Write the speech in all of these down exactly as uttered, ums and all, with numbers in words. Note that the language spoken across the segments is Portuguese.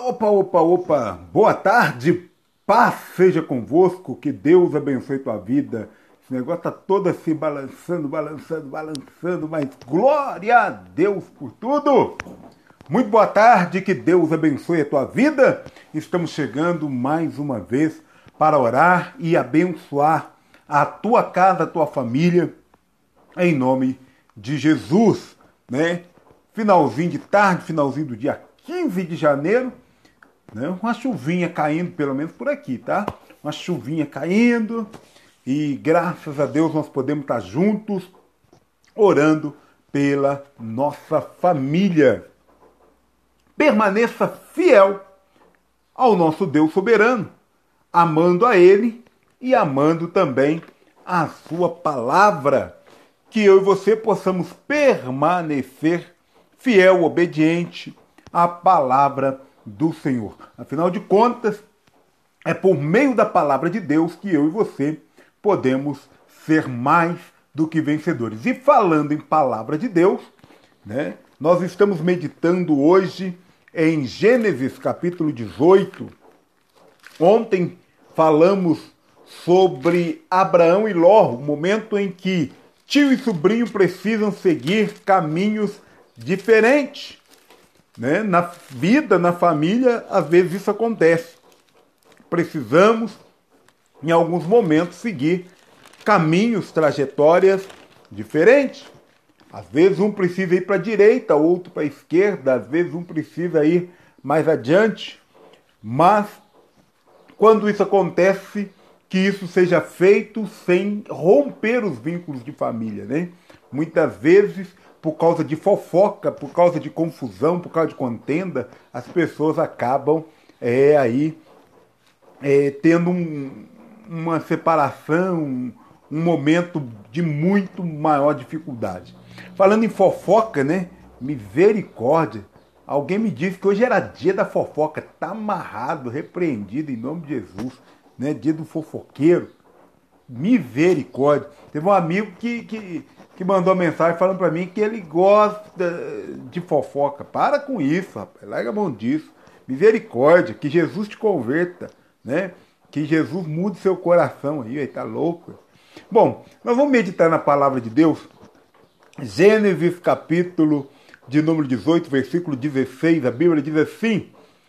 Opa, opa, opa! Boa tarde, paz seja convosco, que Deus abençoe tua vida. Esse negócio tá todo assim, balançando, balançando, balançando, mas glória a Deus por tudo! Muito boa tarde, que Deus abençoe a tua vida. Estamos chegando mais uma vez para orar e abençoar a tua casa, a tua família, em nome de Jesus, né? Finalzinho de tarde, finalzinho do dia quinze de janeiro, né? Uma chuvinha caindo, pelo menos por aqui, tá? Uma chuvinha caindo e graças a Deus nós podemos estar juntos orando pela nossa família. Permaneça fiel ao nosso Deus soberano, amando a Ele e amando também a sua palavra. Que eu e você possamos permanecer fiel, obediente à palavra do Senhor. Afinal de contas, é por meio da palavra de Deus que eu e você podemos ser mais do que vencedores. E falando em palavra de Deus, né, nós estamos meditando hoje em Gênesis capítulo dezoito. Ontem falamos sobre Abraão e Ló, o momento em que tio e sobrinho precisam seguir caminhos diferentes. Né? Na vida, na família, às vezes isso acontece. Precisamos, em alguns momentos, seguir caminhos, trajetórias diferentes. Às vezes um precisa ir para a direita, outro para a esquerda, às vezes um precisa ir mais adiante. Mas, quando isso acontece, que isso seja feito sem romper os vínculos de família, né? Muitas vezes, por causa de fofoca, por causa de confusão, por causa de contenda, as pessoas acabam é, aí é, tendo um, uma separação, um, um momento de muito maior dificuldade. Falando em fofoca, né? Misericórdia. Alguém me disse que hoje era dia da fofoca. Tá amarrado, repreendido em nome de Jesus. Né? Dia do fofoqueiro. Misericórdia. Teve um amigo que, que, que mandou mensagem falando para mim que ele gosta de fofoca. Para com isso, rapaz. Larga a mão disso. Misericórdia. Que Jesus te converta. Né? Que Jesus mude seu coração aí. Ele tá louco. Bom, nós vamos meditar na palavra de Deus. Gênesis capítulo de número dezoito, versículo dezesseis. A Bíblia diz assim: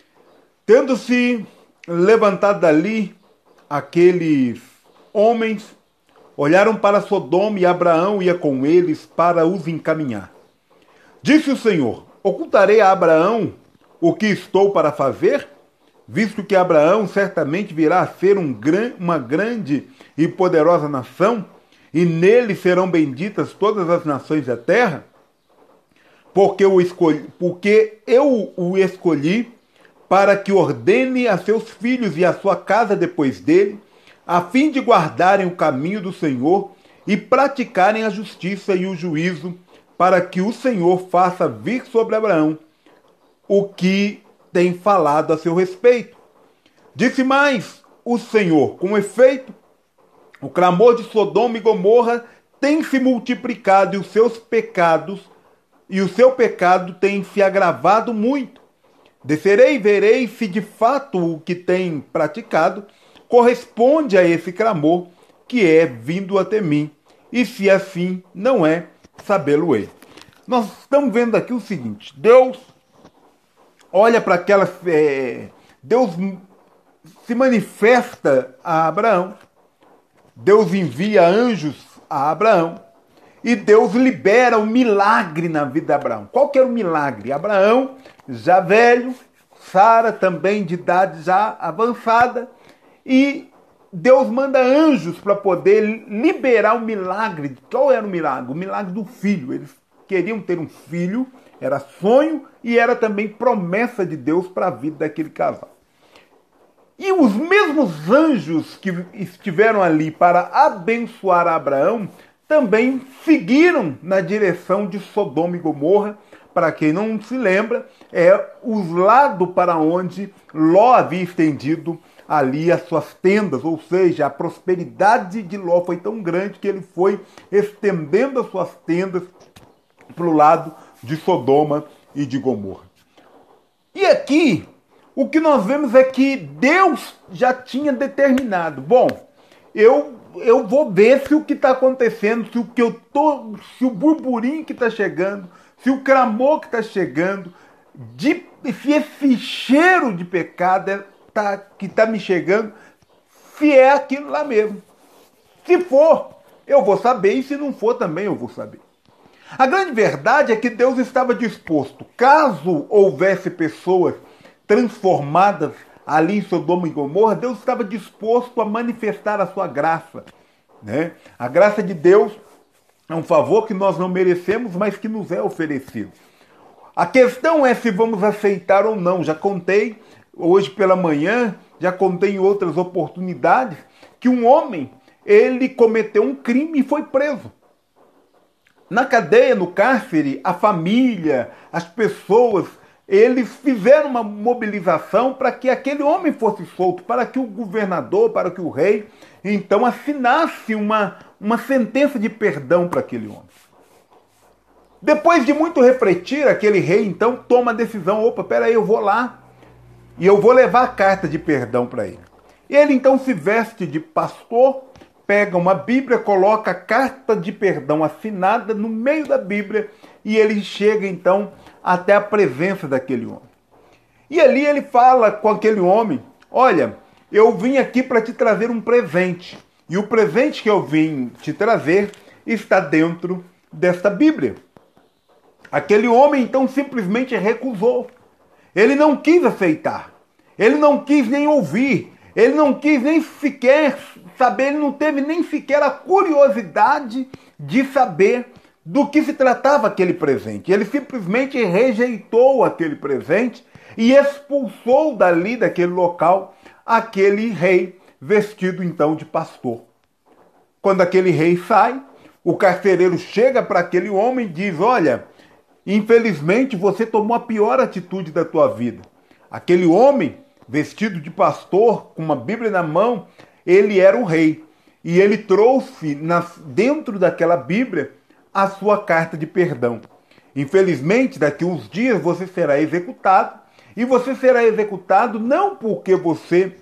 tendo-se levantado dali aqueles homens, olharam para Sodoma e Abraão ia com eles para os encaminhar. Disse o Senhor: ocultarei a Abraão o que estou para fazer? Visto que Abraão certamente virá a ser um gran, uma grande e poderosa nação, e nele serão benditas todas as nações da terra, porque, o escolhi, porque eu o escolhi para que ordene a seus filhos e a sua casa depois dele, a fim de guardarem o caminho do Senhor e praticarem a justiça e o juízo, para que o Senhor faça vir sobre Abraão o que tem falado a seu respeito. Disse mais o Senhor: com efeito, o clamor de Sodoma e Gomorra tem se multiplicado e os seus pecados, e o seu pecado tem se agravado muito. Descerei e verei se de fato o que tem praticado corresponde a esse clamor que é vindo até mim, e se assim não é, sabê-lo-ei. Nós estamos vendo aqui o seguinte: Deus olha para aquela... É, Deus se manifesta a Abraão, Deus envia anjos a Abraão, e Deus libera um milagre na vida de Abraão. Qual que era o milagre? Abraão, já velho, Sara também de idade já avançada, e Deus manda anjos para poder liberar o milagre. Qual era o milagre? O milagre do filho. Eles queriam ter um filho, era sonho e era também promessa de Deus para a vida daquele casal. E os mesmos anjos que estiveram ali para abençoar Abraão também seguiram na direção de Sodoma e Gomorra. Para quem não se lembra, é os lados para onde Ló havia estendido ali as suas tendas, ou seja, a prosperidade de Ló foi tão grande que ele foi estendendo as suas tendas para o lado de Sodoma e de Gomorra. E aqui o que nós vemos é que Deus já tinha determinado. Bom, eu, eu vou ver se o que está acontecendo, se o que eu tô, se o burburinho que está chegando, se o clamor que está chegando, de, se esse cheiro de pecado é, tá, que está me chegando, se é aquilo lá mesmo. Se for, eu vou saber, e se não for também eu vou saber. A grande verdade é que Deus estava disposto, caso houvesse pessoas transformadas ali em Sodoma e Gomorra, Deus estava disposto a manifestar a sua graça. Né? A graça de Deus é um favor que nós não merecemos, mas que nos é oferecido. A questão é se vamos aceitar ou não. Já contei hoje pela manhã, já contei em outras oportunidades, que um homem, ele cometeu um crime e foi preso. Na cadeia, no cárcere, a família, as pessoas, eles fizeram uma mobilização para que aquele homem fosse solto, para que o governador, para que o rei, então assinasse uma, uma sentença de perdão para aquele homem. Depois de muito refletir, aquele rei então toma a decisão, opa, peraí, eu vou lá e eu vou levar a carta de perdão para ele. Ele então se veste de pastor, pega uma Bíblia, coloca a carta de perdão assinada no meio da Bíblia e ele chega então até a presença daquele homem. E ali ele fala com aquele homem, olha, eu vim aqui para te trazer um presente. E o presente que eu vim te trazer está dentro desta Bíblia. Aquele homem então simplesmente recusou. Ele não quis aceitar. Ele não quis nem ouvir. Ele não quis nem sequer saber, ele não teve nem sequer a curiosidade de saber do que se tratava aquele presente. Ele simplesmente rejeitou aquele presente e expulsou dali, daquele local, aquele rei vestido então de pastor. Quando aquele rei sai, o carcereiro chega para aquele homem e diz, olha, infelizmente você tomou a pior atitude da tua vida. Aquele homem, vestido de pastor, com uma Bíblia na mão, ele era o rei. E ele trouxe nas, dentro daquela Bíblia a sua carta de perdão. Infelizmente, daqui a uns dias você será executado, e você será executado não porque você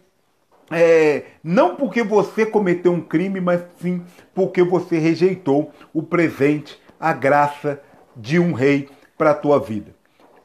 é, não porque você cometeu um crime, mas sim porque você rejeitou o presente, a graça de um rei para a tua vida.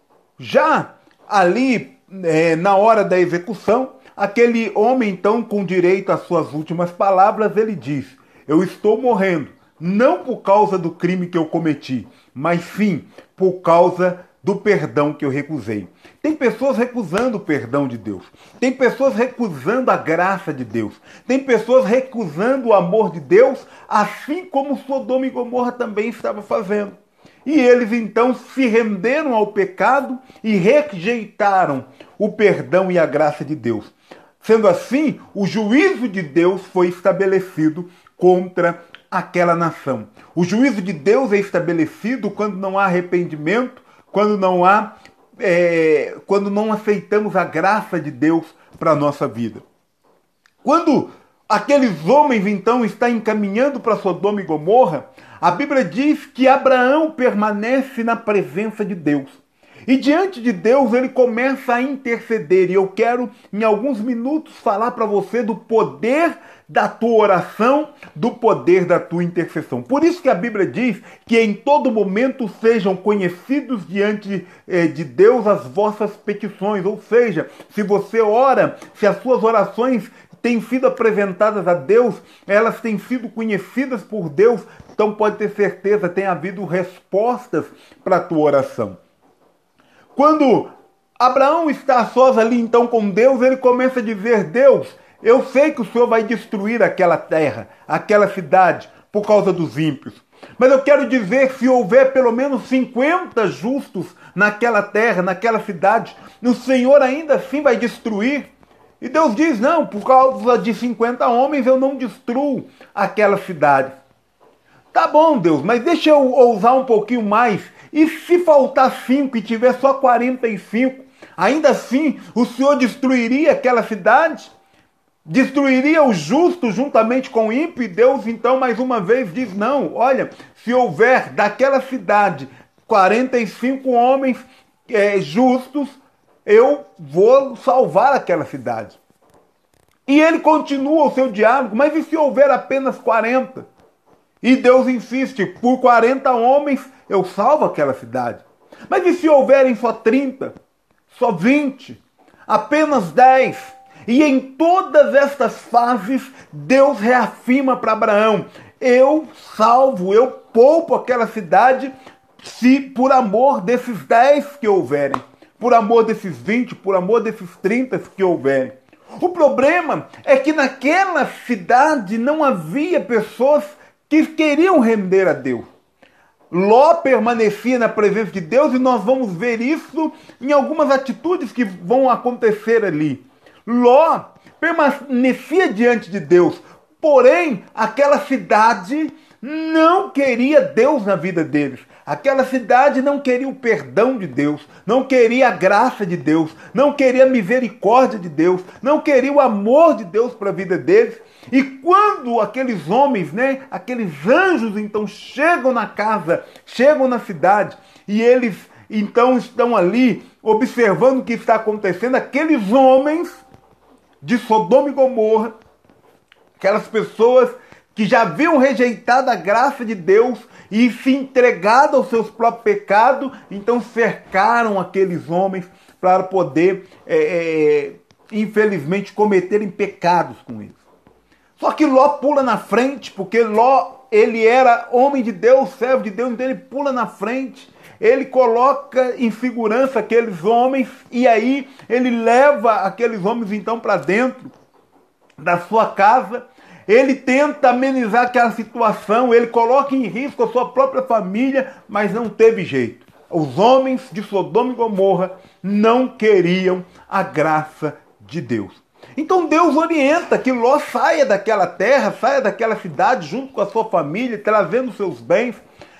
Já ali, é, na hora da execução, aquele homem então com direito às suas últimas palavras, ele diz, eu estou morrendo, não por causa do crime que eu cometi, mas sim por causa do perdão que eu recusei. Tem pessoas recusando o perdão de Deus. Tem pessoas recusando a graça de Deus. Tem pessoas recusando o amor de Deus, assim como Sodoma e Gomorra também estava fazendo. E eles então se renderam ao pecado e rejeitaram o perdão e a graça de Deus. Sendo assim, o juízo de Deus foi estabelecido contra aquela nação. O juízo de Deus é estabelecido quando não há arrependimento, quando não há, é, quando não aceitamos a graça de Deus para a nossa vida. Quando aqueles homens então estão encaminhando para Sodoma e Gomorra, a Bíblia diz que Abraão permanece na presença de Deus. E diante de Deus ele começa a interceder. E eu quero, em alguns minutos, falar para você do poder da tua oração, do poder da tua intercessão. Por isso que a Bíblia diz que em todo momento sejam conhecidos diante eh, de Deus as vossas petições. Ou seja, se você ora, se as suas orações têm sido apresentadas a Deus, elas têm sido conhecidas por Deus, então pode ter certeza, tem havido respostas para a tua oração. Quando Abraão está a sós ali então com Deus, ele começa a dizer, Deus, eu sei que o Senhor vai destruir aquela terra, aquela cidade, por causa dos ímpios. Mas eu quero dizer, se houver pelo menos cinquenta justos naquela terra, naquela cidade, o Senhor ainda assim vai destruir. E Deus diz, não, por causa de cinquenta homens eu não destruo aquela cidade. Tá bom, Deus, mas deixa eu ousar um pouquinho mais. E se faltar cinco e tiver só quarenta e cinco, ainda assim o Senhor destruiria aquela cidade? Destruiria o justo juntamente com o ímpio? E Deus então mais uma vez diz, não, olha, se houver daquela cidade quarenta e cinco homens é, justos, eu vou salvar aquela cidade. E ele continua o seu diálogo, mas e se houver apenas quarenta? E Deus insiste, por quarenta homens eu salvo aquela cidade. Mas e se houverem só trinta? Só vinte? Apenas dez? E em todas estas fases, Deus reafirma para Abraão, eu salvo, eu poupo aquela cidade se por amor desses dez que houverem, por amor desses vinte, por amor desses trinta que houverem. O problema é que naquela cidade não havia pessoas que queriam render a Deus. Ló permanecia na presença de Deus e nós vamos ver isso em algumas atitudes que vão acontecer ali. Ló permanecia diante de Deus, porém aquela cidade não queria Deus na vida deles. Aquela cidade não queria o perdão de Deus, não queria a graça de Deus, não queria a misericórdia de Deus, não queria o amor de Deus para a vida deles. E quando aqueles homens, né, aqueles anjos então chegam na casa, chegam na cidade, e eles então estão ali observando o que está acontecendo, aqueles homens de Sodoma e Gomorra, aquelas pessoas que já haviam rejeitado a graça de Deus e se entregado aos seus próprios pecados, então cercaram aqueles homens para poder, é, é, infelizmente, cometerem pecados com eles. Só que Ló pula na frente, porque Ló, ele era homem de Deus, servo de Deus, então ele pula na frente, ele coloca em segurança aqueles homens, e aí ele leva aqueles homens então para dentro da sua casa. Ele tenta amenizar aquela situação, ele coloca em risco a sua própria família, mas não teve jeito. Os homens de Sodoma e Gomorra não queriam a graça de Deus. Então Deus orienta que Ló saia daquela terra, saia daquela cidade junto com a sua família, trazendo seus bens.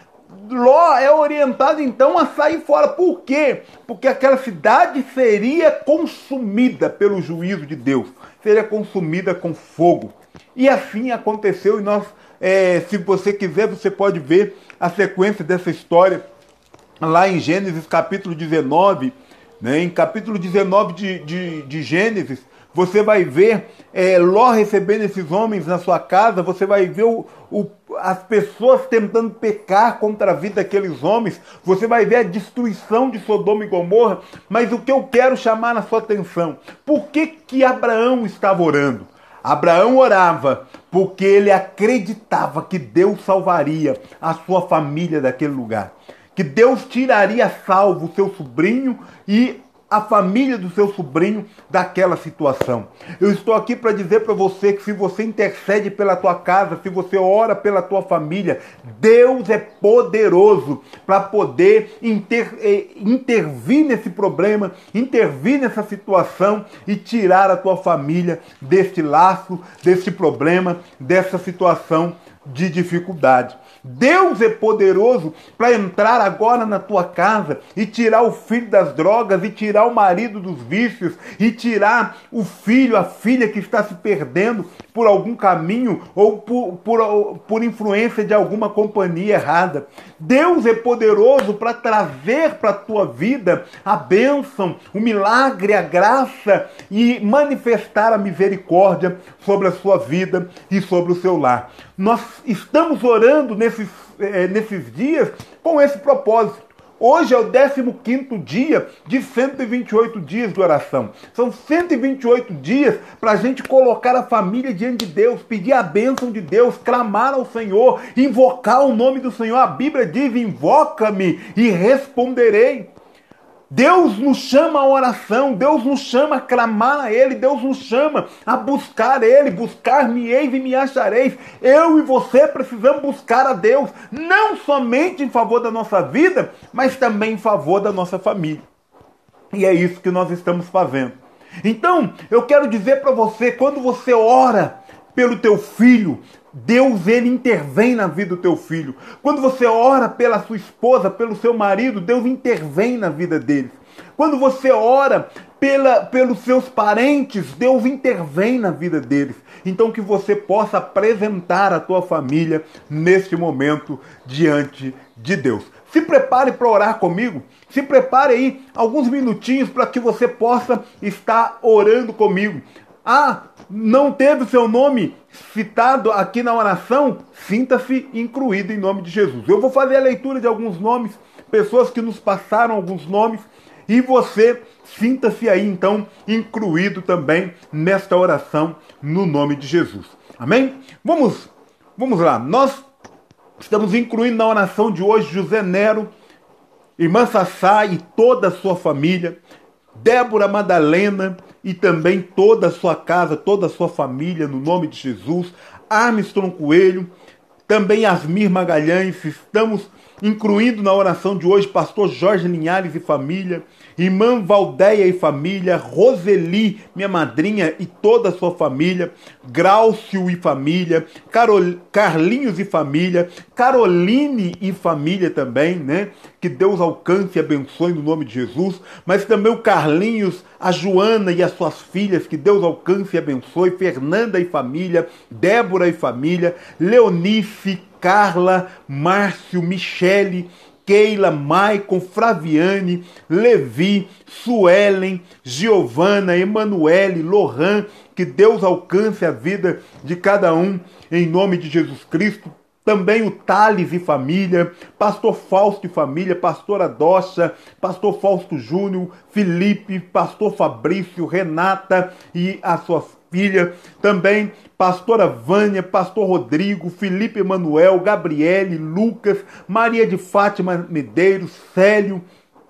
Ló é orientado então a sair fora. Por quê? Porque aquela cidade seria consumida pelo juízo de Deus, seria consumida com fogo. E assim aconteceu, e nós, é, se você quiser, você pode ver a sequência dessa história lá em Gênesis capítulo dezenove, né? Em capítulo dezenove de, de, de Gênesis, você vai ver é, Ló recebendo esses homens na sua casa, você vai ver o, o, as pessoas tentando pecar contra a vida daqueles homens, você vai ver a destruição de Sodoma e Gomorra, mas o que eu quero chamar na sua atenção, por que que Abraão estava orando? Abraão orava porque ele acreditava que Deus salvaria a sua família daquele lugar, que Deus tiraria salvo o seu sobrinho e a família do seu sobrinho daquela situação. Eu estou aqui para dizer para você que se você intercede pela tua casa, se você ora pela tua família, Deus é poderoso para poder inter, intervir nesse problema, intervir nessa situação e tirar a tua família deste laço, deste problema, dessa situação de dificuldade. Deus é poderoso para entrar agora na tua casa e tirar o filho das drogas, e tirar o marido dos vícios, e tirar o filho, a filha que está se perdendo por algum caminho ou por, por, por influência de alguma companhia errada. Deus é poderoso para trazer para a tua vida a bênção, o milagre, a graça e manifestar a misericórdia sobre a sua vida e sobre o seu lar. Nós estamos orando nesses, eh, nesses dias com esse propósito. Hoje é o décimo quinto dia de cento e vinte e oito dias de oração. São cento e vinte e oito dias para a gente colocar a família diante de Deus, pedir a bênção de Deus, clamar ao Senhor, invocar o nome do Senhor. A Bíblia diz, invoca-me e responderei. Deus nos chama à oração, Deus nos chama a clamar a Ele, Deus nos chama a buscar Ele, buscar-me-eis e me achareis. Eu e você precisamos buscar a Deus, não somente em favor da nossa vida, mas também em favor da nossa família. E é isso que nós estamos fazendo. Então, eu quero dizer para você, quando você ora pelo teu filho, Deus, ele intervém na vida do teu filho. Quando você ora pela sua esposa, pelo seu marido, Deus intervém na vida deles. Quando você ora pela, pelos seus parentes, Deus intervém na vida deles. Então que você possa apresentar a tua família neste momento diante de Deus. Se prepare para orar comigo. Se prepare aí alguns minutinhos para que você possa estar orando comigo. Ah, não teve o seu nome citado aqui na oração? Sinta-se incluído em nome de Jesus. Eu vou fazer a leitura de alguns nomes, pessoas que nos passaram alguns nomes, e você sinta-se aí então incluído também nesta oração no nome de Jesus. Amém? Vamos, vamos lá. Nós estamos incluindo na oração de hoje José Nero, irmã Sassá e toda a sua família, Débora Madalena e também toda a sua casa, toda a sua família, no nome de Jesus, Armstrong Coelho, também Asmir Magalhães. Estamos incluindo na oração de hoje pastor Jorge Linhares e família, irmã Valdeia e família, Roseli, minha madrinha e toda a sua família, Graucio e família, Carol, Carlinhos e família, Caroline e família também, né? Que Deus alcance e abençoe no nome de Jesus, mas também o Carlinhos, a Joana e as suas filhas, que Deus alcance e abençoe, Fernanda e família, Débora e família, Leonice, Carla, Márcio, Michele, Keila, Maicon, Fraviane, Levi, Suelen, Giovana, Emanuele, Lohan, que Deus alcance a vida de cada um em nome de Jesus Cristo. Também o Thales e família, pastor Fausto e família, pastora Docha, pastor Fausto Júnior, Felipe, pastor Fabrício, Renata e a sua filha, também pastora Vânia, pastor Rodrigo, Felipe Emanuel, Gabriele, Lucas, Maria de Fátima Medeiros, Célio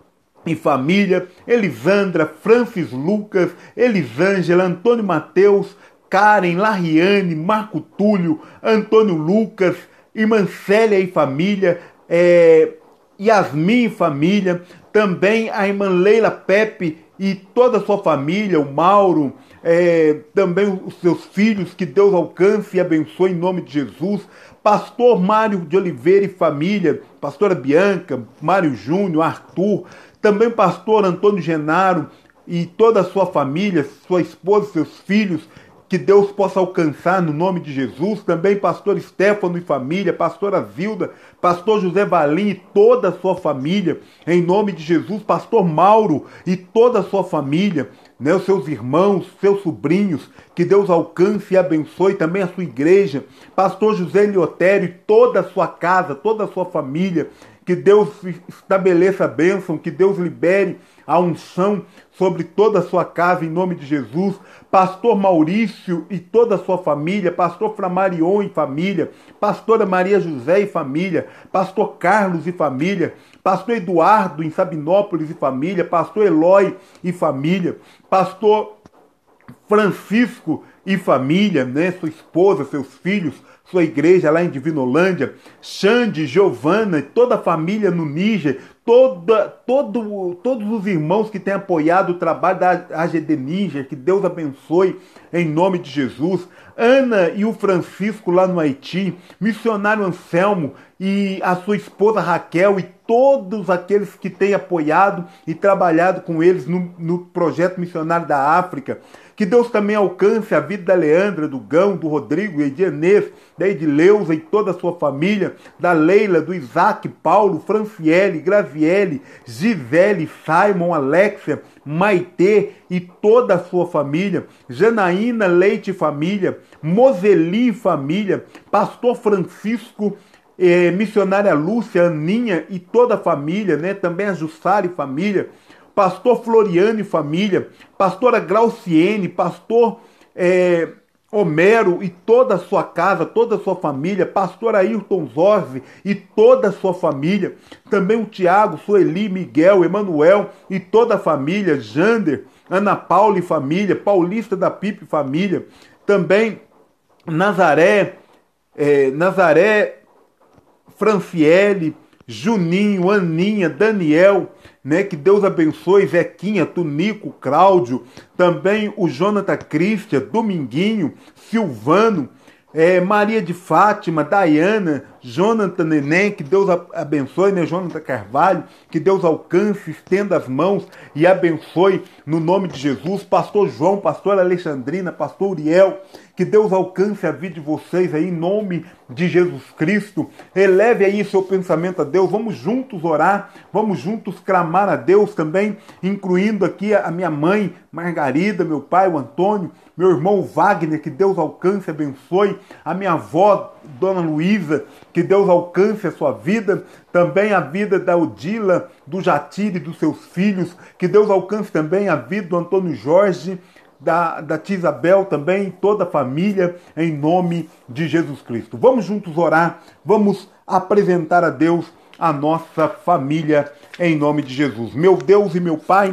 e família, Elisandra, Francis Lucas, Elisângela, Antônio Mateus, Karen, Lariane, Marco Túlio, Antônio Lucas, irmã Célia e família, é, Yasmin e família, também a irmã Leila Pepe e toda a sua família, o Mauro, é, também os seus filhos, que Deus alcance e abençoe em nome de Jesus, pastor Mário de Oliveira e família, pastora Bianca, Mário Júnior, Arthur, também pastor Antônio Genaro e toda a sua família, sua esposa, seus filhos, que Deus possa alcançar no nome de Jesus. Também pastor Stefano e família, pastora Zilda, pastor José Valim e toda a sua família, em nome de Jesus. Pastor Mauro e toda a sua família, né, os seus irmãos, seus sobrinhos, que Deus alcance e abençoe também a sua igreja. Pastor José Liotério e toda a sua casa, toda a sua família, que Deus estabeleça a bênção, que Deus libere a unção sobre toda a sua casa, em nome de Jesus. Pastor Maurício e toda a sua família, pastor Flamarion e família, pastora Maria José e família, pastor Carlos e família, pastor Eduardo em Sabinópolis e família, pastor Eloy e família, pastor Francisco e família, né, sua esposa, seus filhos, sua igreja lá em Divinolândia, Xande, Giovana, toda a família no Níger, toda, todo, todos os irmãos que têm apoiado o trabalho da A G D Níger, que Deus abençoe em nome de Jesus, Ana e o Francisco lá no Haiti, missionário Anselmo e a sua esposa Raquel e todos aqueles que têm apoiado e trabalhado com eles no, no projeto missionário da África. Que Deus também alcance a vida da Leandra, do Gão, do Rodrigo, Edianês, da Edileuza e toda a sua família, da Leila, do Isaac, Paulo, Franciele, Graziele, Gisele, Simon, Alexia, Maitê e toda a sua família, Janaína, Leite e família, Moseli e família, pastor Francisco, eh, missionária Lúcia, Aninha e toda a família, né? Também a Jussara e família, pastor Floriano e família, pastora Grauciene, pastor é, Homero e toda a sua casa, toda a sua família, pastor Ayrton Zorzi e toda a sua família, também o Tiago, Sueli, Miguel, Emanuel e toda a família, Jander, Ana Paula e família, Paulista da Pipe e família, também Nazaré, é, Nazaré, Franciele, Juninho, Aninha, Daniel, né, que Deus abençoe, Zequinha, Tunico, Cláudio, também o Jonathan Cristian, Dominguinho, Silvano, é, Maria de Fátima, Dayana, Jonathan Neném, que Deus abençoe, né? Jonathan Carvalho, que Deus alcance, estenda as mãos e abençoe no nome de Jesus. Pastor João, pastor Alexandrina, pastor Uriel, que Deus alcance a vida de vocês aí em nome de Jesus Cristo. Eleve aí seu pensamento a Deus. Vamos juntos orar, vamos juntos clamar a Deus também, incluindo aqui a minha mãe, Margarida, meu pai, o Antônio, meu irmão Wagner, que Deus alcance e abençoe, a minha avó, Dona Luísa, que Deus alcance a sua vida, também a vida da Odila, do Jatire e dos seus filhos, que Deus alcance também a vida do Antônio Jorge, da, da tia Isabel também, toda a família, em nome de Jesus Cristo. Vamos juntos orar, vamos apresentar a Deus a nossa família, em nome de Jesus. Meu Deus e meu Pai,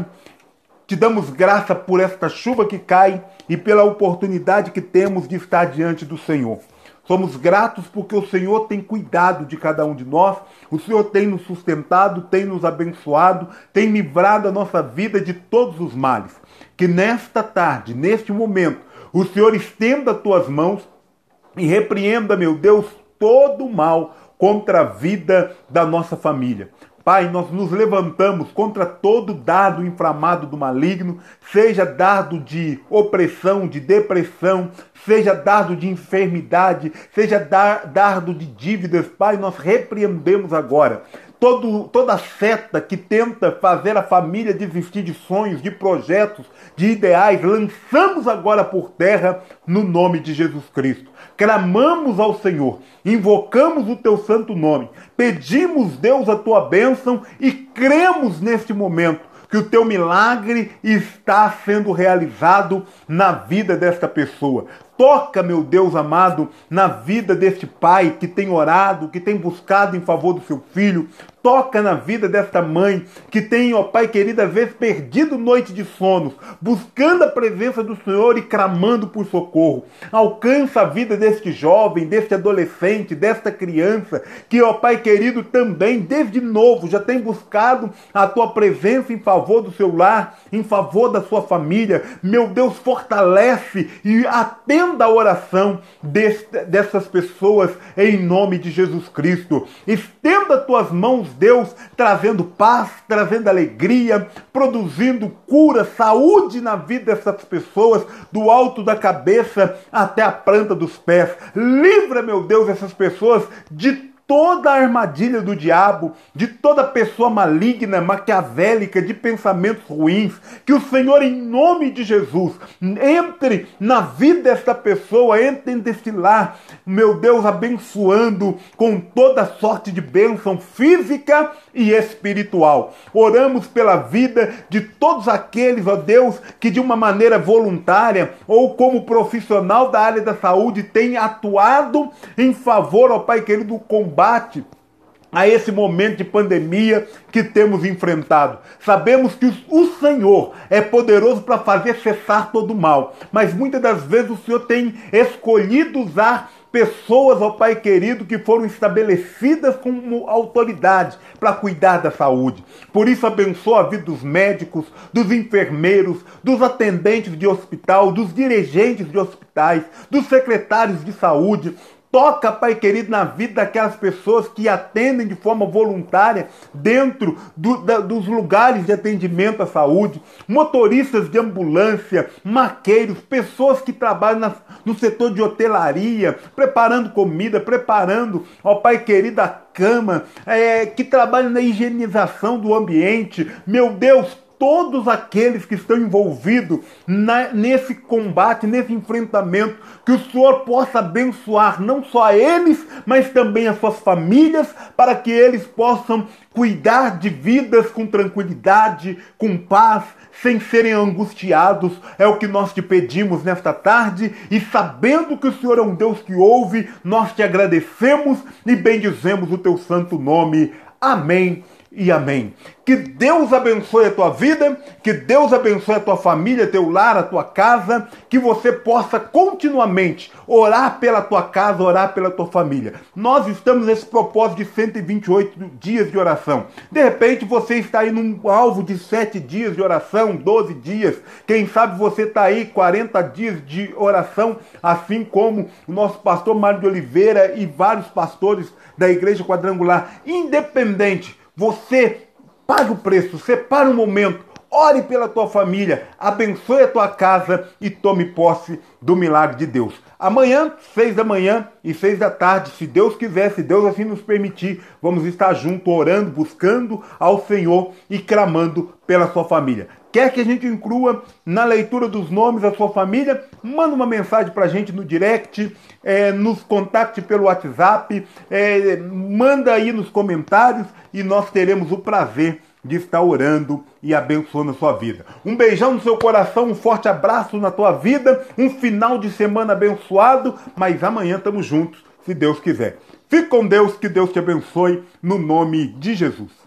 te damos graça por esta chuva que cai e pela oportunidade que temos de estar diante do Senhor. Somos gratos porque o Senhor tem cuidado de cada um de nós, o Senhor tem nos sustentado, tem nos abençoado, tem livrado a nossa vida de todos os males. Que nesta tarde, neste momento, o Senhor estenda as tuas mãos e repreenda, meu Deus, todo o mal contra a vida da nossa família. Pai, nós nos levantamos contra todo dardo inflamado do maligno, seja dardo de opressão, de depressão, seja dardo de enfermidade, seja dardo de dívidas. Pai, nós repreendemos agora todo, toda seta que tenta fazer a família desistir de sonhos, de projetos, de ideais, lançamos agora por terra no nome de Jesus Cristo. Clamamos ao Senhor, invocamos o teu santo nome, pedimos, Deus, a tua bênção e cremos neste momento que o teu milagre está sendo realizado na vida desta pessoa. Toca, meu Deus amado, na vida deste pai que tem orado, que tem buscado em favor do seu filho. Toca na vida desta mãe que tem, ó Pai querido, às vezes perdido noite de sonos, buscando a presença do Senhor e clamando por socorro. Alcança a vida deste jovem, deste adolescente, desta criança, que, ó Pai querido, também, desde novo, já tem buscado a tua presença em favor do seu lar, em favor da sua família. Meu Deus, fortalece e atenda a oração deste, dessas pessoas em nome de Jesus Cristo. Estenda tuas mãos, Deus, trazendo paz, trazendo alegria, produzindo cura, saúde na vida dessas pessoas, do alto da cabeça até a planta dos pés. Livra, meu Deus, essas pessoas de toda a armadilha do diabo, de toda pessoa maligna, maquiavélica, de pensamentos ruins. Que o Senhor, em nome de Jesus, entre na vida desta pessoa, entre neste lar, meu Deus, abençoando com toda sorte de bênção física e espiritual. Oramos pela vida de todos aqueles, ó Deus, que de uma maneira voluntária ou como profissional da área da saúde tem atuado em favor, ó Pai querido, do combate a esse momento de pandemia que temos enfrentado. Sabemos que o Senhor é poderoso para fazer cessar todo o mal, mas muitas das vezes o Senhor tem escolhido usar pessoas, ó Pai querido, que foram estabelecidas como autoridade para cuidar da saúde. Por isso abençoa a vida dos médicos, dos enfermeiros, dos atendentes de hospital, dos dirigentes de hospitais, dos secretários de saúde. Toca, Pai querido, na vida daquelas pessoas que atendem de forma voluntária dentro do, da, dos lugares de atendimento à saúde, motoristas de ambulância, maqueiros, pessoas que trabalham na, no setor de hotelaria, preparando comida, preparando, ó Pai querido, a cama, é, que trabalham na higienização do ambiente. Meu Deus, todos aqueles que estão envolvidos na, nesse combate, nesse enfrentamento, que o Senhor possa abençoar não só a eles, mas também as suas famílias, para que eles possam cuidar de vidas com tranquilidade, com paz, sem serem angustiados. É o que nós te pedimos nesta tarde, e sabendo que o Senhor é um Deus que ouve, nós te agradecemos e bendizemos o teu santo nome. Amém e amém. Que Deus abençoe a tua vida, que Deus abençoe a tua família, teu lar, a tua casa, que você possa continuamente orar pela tua casa, orar pela tua família. Nós estamos nesse propósito de cento e vinte e oito dias de oração. De repente você está aí num alvo de sete dias de oração, doze dias. Quem sabe você está aí quarenta dias de oração, assim como o nosso pastor Mário de Oliveira e vários pastores da Igreja Quadrangular. Independente, você pague o preço, separe um momento, ore pela tua família, abençoe a tua casa e tome posse do milagre de Deus. Amanhã, seis da manhã e seis da tarde, se Deus quiser, se Deus assim nos permitir, vamos estar juntos orando, buscando ao Senhor e clamando pela sua família. Quer que a gente inclua na leitura dos nomes da sua família? Manda uma mensagem para a gente no direct, é, nos contacte pelo WhatsApp, é, manda aí nos comentários e nós teremos o prazer de estar orando e abençoando a sua vida. Um beijão no seu coração, um forte abraço na tua vida, um final de semana abençoado, mas amanhã estamos juntos, se Deus quiser. Fique com Deus, que Deus te abençoe, no nome de Jesus.